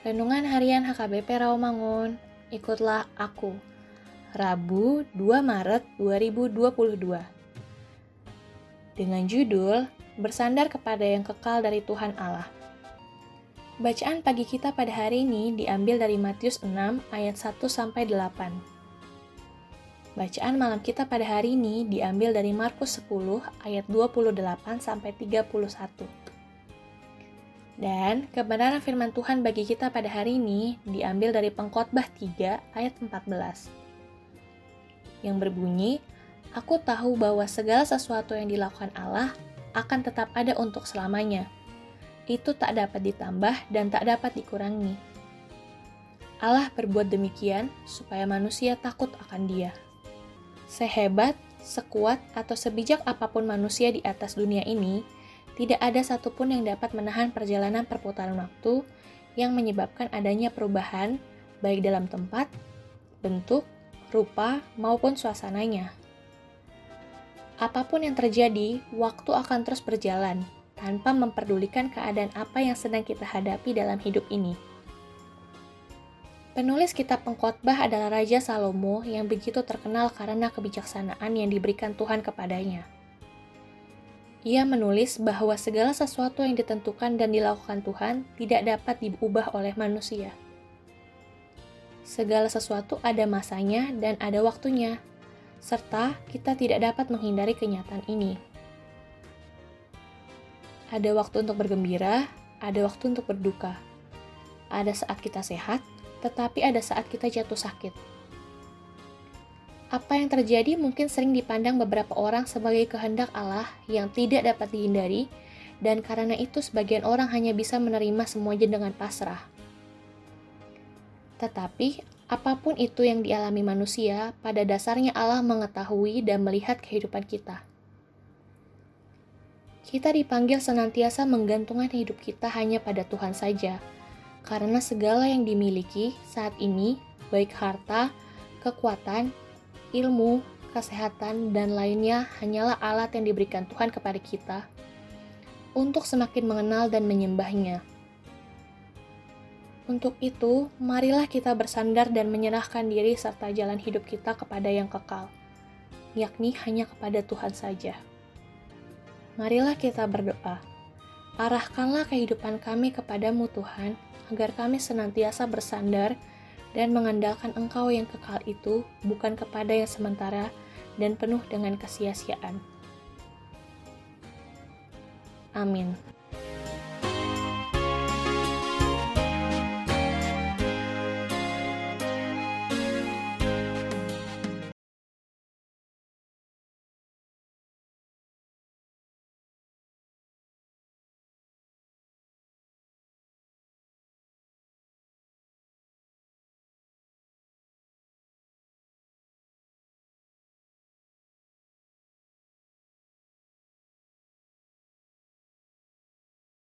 Renungan Harian HKBP Rawamangun. Ikutlah aku. Rabu, 2 Maret 2022. Dengan judul Bersandar kepada yang kekal dari Tuhan Allah. Bacaan pagi kita pada hari ini diambil dari Matius 6 ayat 1-8. Bacaan malam kita pada hari ini diambil dari Markus 10 ayat 28-31. Dan kebenaran firman Tuhan bagi kita pada hari ini diambil dari Pengkhotbah 3 ayat 14. Yang berbunyi, "Aku tahu bahwa segala sesuatu yang dilakukan Allah akan tetap ada untuk selamanya. Itu tak dapat ditambah dan tak dapat dikurangi. Allah berbuat demikian supaya manusia takut akan Dia." Sehebat, sekuat, atau sebijak apapun manusia di atas dunia ini, tidak ada satupun yang dapat menahan perjalanan perputaran waktu yang menyebabkan adanya perubahan, baik dalam tempat, bentuk, rupa, maupun suasananya. Apapun yang terjadi, waktu akan terus berjalan, tanpa memperdulikan keadaan apa yang sedang kita hadapi dalam hidup ini. Penulis kitab Pengkhotbah adalah Raja Salomo yang begitu terkenal karena kebijaksanaan yang diberikan Tuhan kepadanya. Ia menulis bahwa segala sesuatu yang ditentukan dan dilakukan Tuhan tidak dapat diubah oleh manusia. Segala sesuatu ada masanya dan ada waktunya, serta kita tidak dapat menghindari kenyataan ini. Ada waktu untuk bergembira, ada waktu untuk berduka. Ada saat kita sehat, tetapi ada saat kita jatuh sakit. Apa yang terjadi mungkin sering dipandang beberapa orang sebagai kehendak Allah yang tidak dapat dihindari, dan karena itu sebagian orang hanya bisa menerima semuanya dengan pasrah. Tetapi, apapun itu yang dialami manusia, pada dasarnya Allah mengetahui dan melihat kehidupan kita. Kita dipanggil senantiasa menggantungkan hidup kita hanya pada Tuhan saja, karena segala yang dimiliki saat ini, baik harta, kekuatan, ilmu, kesehatan, dan lainnya hanyalah alat yang diberikan Tuhan kepada kita untuk semakin mengenal dan menyembahnya. Untuk itu, marilah kita bersandar dan menyerahkan diri serta jalan hidup kita kepada yang kekal, yakni hanya kepada Tuhan saja. Marilah kita berdoa. Arahkanlah kehidupan kami kepadamu Tuhan, agar kami senantiasa bersandar dan mengandalkan Engkau yang kekal itu, bukan kepada yang sementara dan penuh dengan kesia-siaan. Amin.